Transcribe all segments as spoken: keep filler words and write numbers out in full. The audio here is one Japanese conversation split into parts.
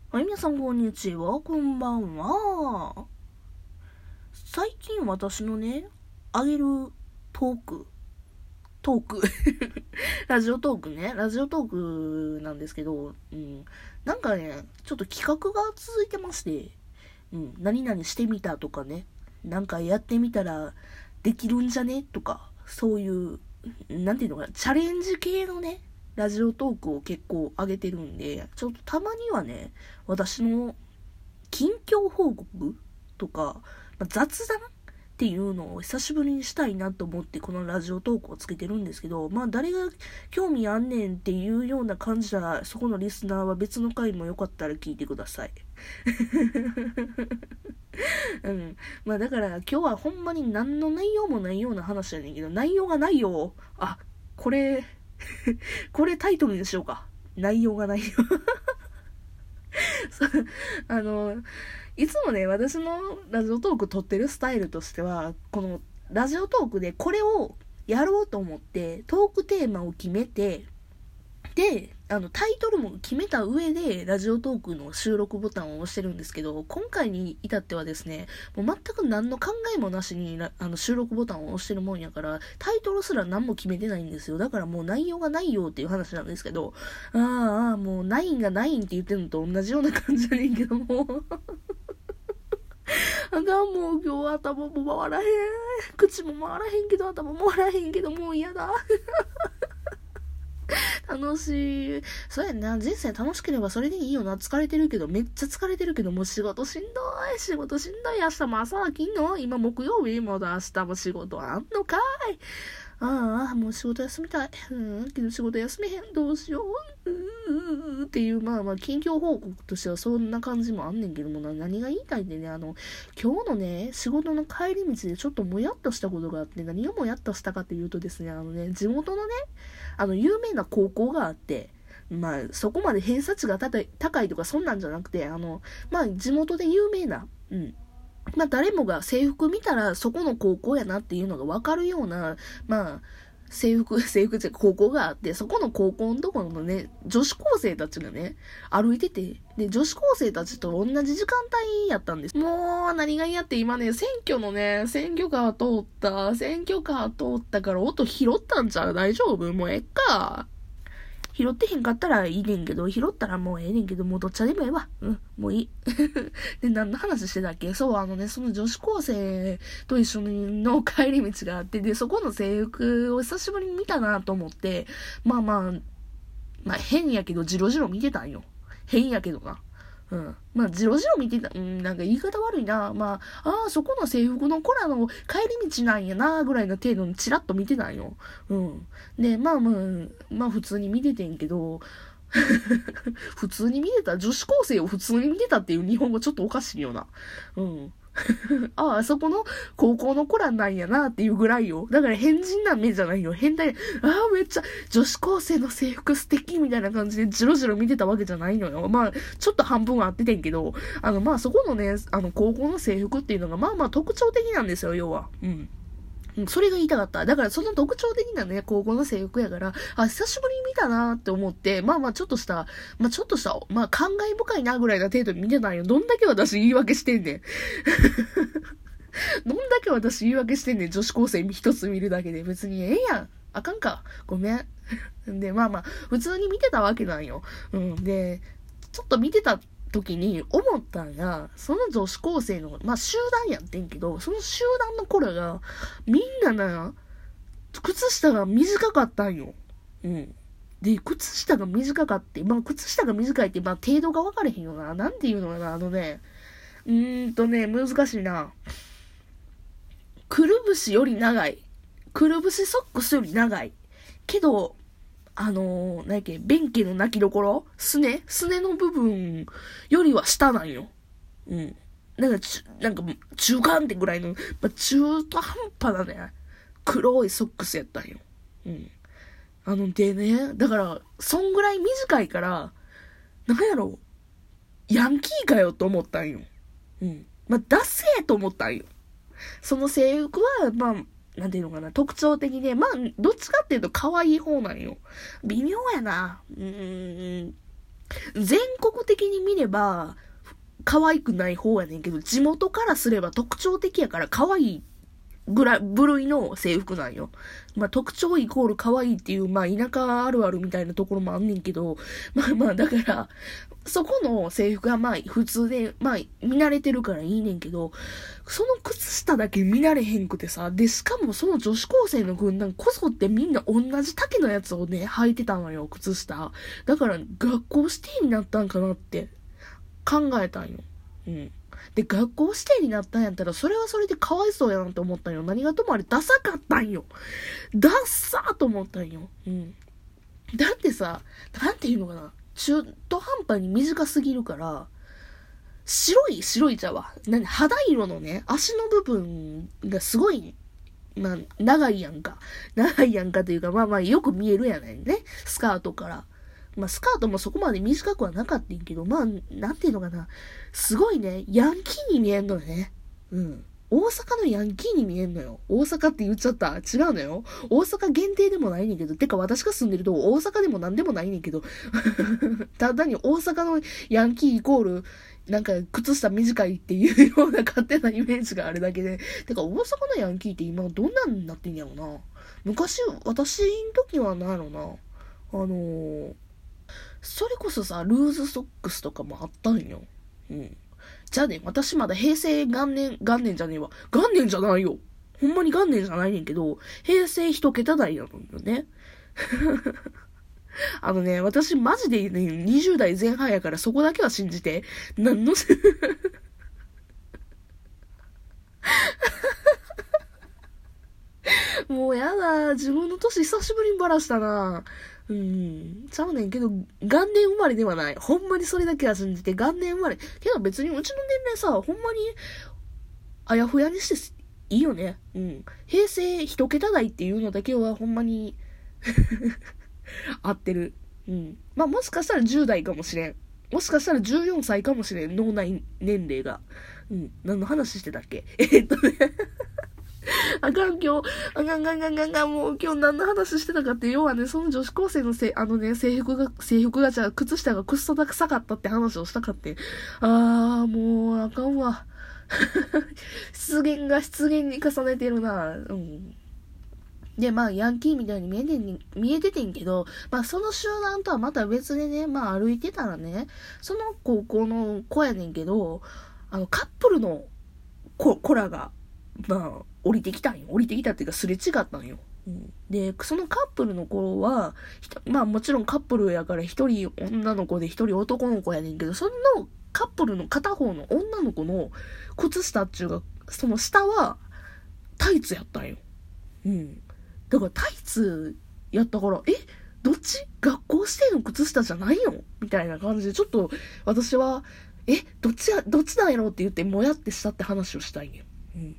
はい、皆さんこんにちは、こんばんは。最近私のね、あげるトーク、トーク、ラジオトークね、ラジオトークなんですけど、うん、なんかね、ちょっと企画が続いてまして、うん、何々してみたとかね、なんかやってみたらできるんじゃねとか、そういう、なんていうのかな、チャレンジ系のね、ラジオトークを結構上げてるんで、ちょっとたまにはね、私の近況報告とか、まあ、雑談っていうのを久しぶりにしたいなと思ってこのラジオトークをつけてるんですけど、まあ誰が興味あんねんっていうような感じなら、そこのリスナーは別の回もよかったら聞いてください。うん。まあだから今日はほんまに何の内容もないような話やねんけど、内容がないよ。あ、これ、これタイトルにしようか。内容がないよ。あの、いつもね、私のラジオトーク撮ってるスタイルとしては、このラジオトークでこれをやろうと思って、トークテーマを決めて、で、あの、タイトルも決めた上で、ラジオトークの収録ボタンを押してるんですけど、今回に至ってはですね、もう全く何の考えもなしに、あの、収録ボタンを押してるもんやから、タイトルすら何も決めてないんですよ。だからもう内容がないよっていう話なんですけど、あーあー、もうナインがナインって言ってるのと同じような感じじゃねんけども。あかん、もう今日頭も回らへん。口も回らへんけど、頭も回らへんけど、もう嫌だ。楽しい。そうやんな。人生楽しければそれでいいよな。疲れてるけど、めっちゃ疲れてるけど、もう仕事しんどい。仕事しんどい。明日も朝起きんの？今木曜日まだ明日も仕事あんのかい。ああ、もう仕事休みたい。うん、けど仕事休めへん。どうしよう。うーっていう、まあまあ、近況報告としてはそんな感じもあんねんけどもな、何が言いたいってね、あの、今日のね、仕事の帰り道でちょっともやっとしたことがあって、何をもやっとしたかっていうとですね、あのね、地元のね、あの、有名な高校があって、まあ、そこまで偏差値が高いとかそんなんじゃなくて、あの、まあ、地元で有名な、うん。まあ、誰もが制服見たらそこの高校やなっていうのがわかるような、まあ、制服、制服って高校があって、そこの高校のところのね、女子高生たちがね、歩いてて、で、女子高生たちと同じ時間帯やったんです。もう、何が嫌って今ね、選挙のね、選挙カー通った、選挙カー通ったから音拾ったんちゃう？大丈夫？もうえっか。拾ってへんかったらいいねんけど、拾ったらもうええねんけど、もうどっちでもええわ。うん、もういい。で、何の話してたっけ？そう、あのね、その女子高生と一緒の帰り道があって、で、そこの制服を久しぶりに見たなと思って、まあまあ、まあ変やけど、じろじろ見てたんよ。変やけどな。うん。まあ、じろじろ見てた、うん、なんか言い方悪いな。まあ、ああ、そこの制服の子らの帰り道なんやな、ぐらいの程度にチラッと見てたんよ。うん。で、まあまあ、まあ普通に見ててんけど、普通に見てた、女子高生を普通に見てたっていう日本語ちょっとおかしいよな。うん。ああ、あそこの高校の子らなんやなっていうぐらいよ。だから変人な目じゃないよ。変態。ああ、めっちゃ女子高生の制服素敵みたいな感じでジロジロ見てたわけじゃないのよ。まあ、ちょっと半分は合っててんけど、あの、まあそこのね、あの、高校の制服っていうのがまあまあ特徴的なんですよ、要は。うん。それが言いたかった。だからその特徴的なね、高校の制服やから、あ、久しぶりに見たなって思って、まあまあちょっとした、まあちょっとした、まあ感慨深いなぐらいな程度に見てないよ。どんだけ私言い訳してんねん。どんだけ私言い訳してんねん。女子高生一つ見るだけで。別にええやん。あかんか。ごめん。で、まあまあ、普通に見てたわけなんよ。うん。で、ちょっと見てた時に思ったんが、その女子高生の、まあ集団やってんけど、その集団の子らが、みんなな、靴下が短かったんよ。うん。で、靴下が短かって、まあ靴下が短いって、まあ程度が分かれへんよな。なんていうのかな、あのね、うーんとね、難しいな。くるぶしより長い。くるぶしソックスより長い。けど、あのー、何やっけ、便器の泣きどころすねすねの部分よりは下なんよ。うん。なんか、ちなんか、中間ってぐらいの、まあ、中途半端なね、黒いソックスやったんよ。うん。あの、でね、だから、そんぐらい短いから、なんやろ、ヤンキーかよと思ったんよ。うん。まあ、ダセーと思ったんよ。その制服は、まあ、なんていうのかな、特徴的で、まあ、どっちかっていうと可愛い方なんよ。微妙やな。うーん。 全国的に見れば、可愛くない方やねんけど、地元からすれば特徴的やから可愛いぐらい、部類の制服なんよ。まあ、特徴イコール可愛いっていう、まあ、田舎あるあるみたいなところもあんねんけど、まあまあ、だから、そこの制服はまあ、普通で、まあ、見慣れてるからいいねんけど、その靴下だけ見慣れへんくてさ、で、しかもその女子高生の軍団こそってみんな同じ丈のやつをね、履いてたのよ、靴下。だから、学校指定になったんかなって考えたんよ。うん。で、学校指定になったんやったら、それはそれでかわいそうやなって思ったんよ。何がともあれ、ダサかったんよ。ダッサーと思ったんよ。うん。だってさ、なんていうのかな。中途半端に短すぎるから、白い、白い茶は、何、肌色のね、足の部分がすごい、まあ、長いやんか。長いやんかというか、まあまあ、よく見えるやないね。スカートから。まあ、スカートもそこまで短くはなかったんけど、まあ、なんていうのかな。すごいね、ヤンキーに見えんのよね。うん。大阪のヤンキーに見えんのよ。大阪って言っちゃった。違うのよ。大阪限定でもないねんけど。てか私が住んでると大阪でもなんでもないねんけど。ただに大阪のヤンキーイコール、なんか靴下短いっていうような勝手なイメージがあるだけで。てか大阪のヤンキーって今どんなんになってんやろな。昔、私の時はなんやろな。あのー、それこそさ、ルーズソックスとかもあったんよ。うん。じゃあね、私まだ平成元年、元年じゃねえわ。元年じゃないよ。ほんまに元年じゃないねんけど、平成一桁台なのよね。あのね、私マジでね、にじゅう代前半やからそこだけは信じて。なんのもうやだ、自分の年久しぶりにバラしたな。うん、ちゃうねんけど、元年生まれではない。ほんまにそれだけは信じて、元年生まれ。けど別にうちの年齢さ、ほんまに、あやふやにしていいよね。うん。平成一桁台っていうのだけはほんまに、合ってる。うん。まあもしかしたらじゅう代かもしれん。もしかしたらじゅうよんさいかもしれん。脳内年齢が。うん。何の話してたっけえー、っとね。あかん、今日、あかん、あかん、あかん、あかん、もう今日何の話してたかって、要はね、その女子高生のせ、あのね、制服が、制服がじゃあ、靴下がくっそだくさかったって話をしたかって。あー、もう、あかんわ。失言が失言に重ねてるな。うん。で、まあ、ヤンキーみたいに見えてん、見えててんけど、まあ、その集団とはまた別でね、まあ、歩いてたらね、その高校の子やねんけど、あの、カップルの子、子らが、まあ、降りてきたんよ。降りてきたっていうか、すれ違ったんよ。うん、で、そのカップルの子は、まあもちろんカップルやから一人女の子で一人男の子やねんけど、そのカップルの片方の女の子の靴下っちゅうが、その下はタイツやったんよ。うん。だからタイツやったから、えどっち学校指定の靴下じゃないよみたいな感じで、ちょっと私は、えどっちや、どっちなんやろって言ってもやってしたって話をしたいんよ。うん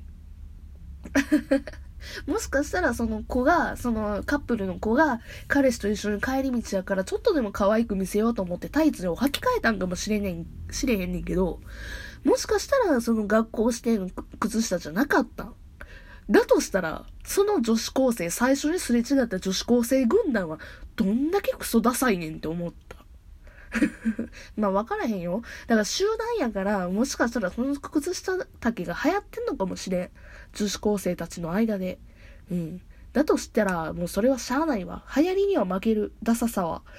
もしかしたらその子が、そのカップルの子が彼氏と一緒に帰り道やからちょっとでも可愛く見せようと思ってタイツを履き替えたんかもしれねん、しれへんねんけど、もしかしたらその学校指定の靴下じゃなかった。だとしたら、その女子高生、最初にすれ違った女子高生軍団はどんだけクソダサいねんって思った。まあ分からへんよ。だから集団やから、もしかしたらその靴下丈が流行ってんのかもしれん。女子高生たちの間で。うん。だとしたら、もうそれはしゃあないわ。流行りには負ける。ダサさは。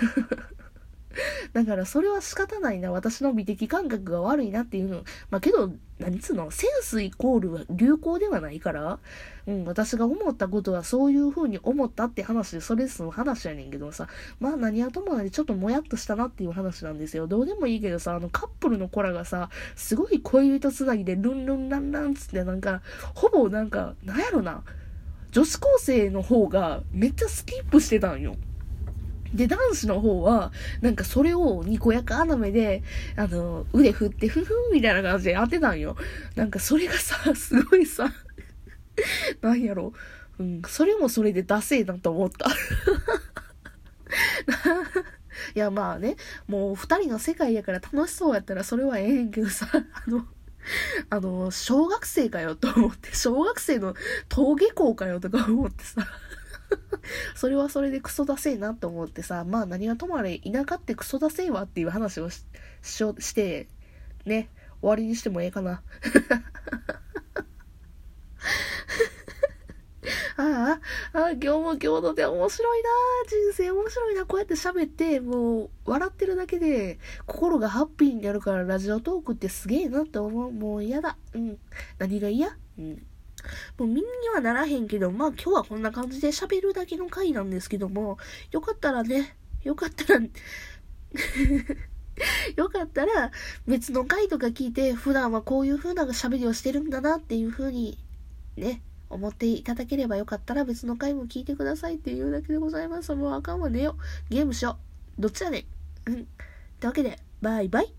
だからそれは仕方ないな。私の美的感覚が悪いなっていうの。まあけど、何つうの、センスイコールは流行ではないから、うん、私が思ったことはそういう風に思ったって話で、それすの話やねんけどさ、まあ何はともあれちょっともやっとしたなっていう話なんですよ。どうでもいいけどさ、あのカップルの子らがさ、すごい恋人つなぎでルンルンランランつってなんか、ほぼなんか、なんやろな、女子高生の方がめっちゃスキップしてたんよ。で、男子の方は、なんかそれをにこやかな目で、あの、腕振って、ふふんみたいな感じでやってたんよ。なんかそれがさ、すごいさ、なんやろ、うん、それもそれでダセーなと思った。いや、まあね、もう二人の世界やから楽しそうやったらそれはええねんけどさ、あの、あの、小学生かよと思って、小学生の登下校かよとか思ってさ、 それはそれでクソだせえなと思ってさ、まあ何はともあれ田舎ってクソだせえわっていう話を し, し, してね、終わりにしてもええかな。ああ、ああ、今日も今日ので面白いな、人生面白いな、こうやって喋って、もう、笑ってるだけで、心がハッピーになるから、ラジオトークってすげえなって思う。もう嫌だ。うん。何が嫌？うん。もう身にはならへんけど、まあ今日はこんな感じで喋るだけの回なんですけども、よかったらね、よかったら、よかったら、別の回とか聞いて、普段はこういう風な喋りをしてるんだなっていう風に、ね、思っていただければよかったら別の回も聞いてくださいっていうだけでございます。もうあかんわ、寝よ。ゲームしよう。どっちやねん。うん。ってわけで、バイバイ。